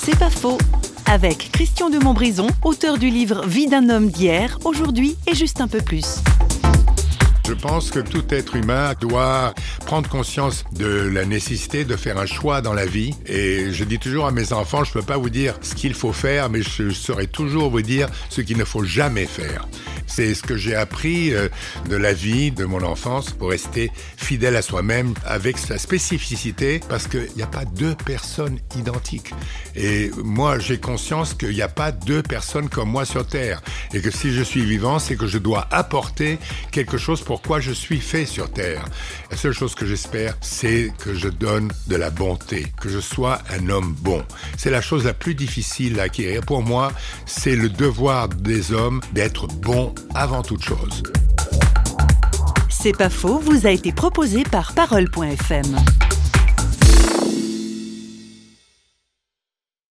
C'est pas faux. Avec Christian de Montbrison, auteur du livre Vie d'un homme d'hier, aujourd'hui et juste un peu plus. Je pense que tout être humain doit prendre conscience de la nécessité de faire un choix dans la vie. Et je dis toujours à mes enfants, je ne peux pas vous dire ce qu'il faut faire, mais je saurai toujours vous dire ce qu'il ne faut jamais faire. C'est ce que j'ai appris de la vie, de mon enfance, pour rester fidèle à soi-même avec sa spécificité, parce qu'il n'y a pas deux personnes identiques. Et moi, j'ai conscience qu'il n'y a pas deux personnes comme moi sur Terre. Et que si je suis vivant, c'est que je dois apporter quelque chose pour quoi je suis fait sur Terre. La seule chose que j'espère, c'est que je donne de la bonté, que je sois un homme bon. C'est la chose la plus difficile à acquérir. Pour moi, c'est le devoir des hommes d'être bons avant toute chose. C'est pas faux, vous a été proposé par Parole.fm.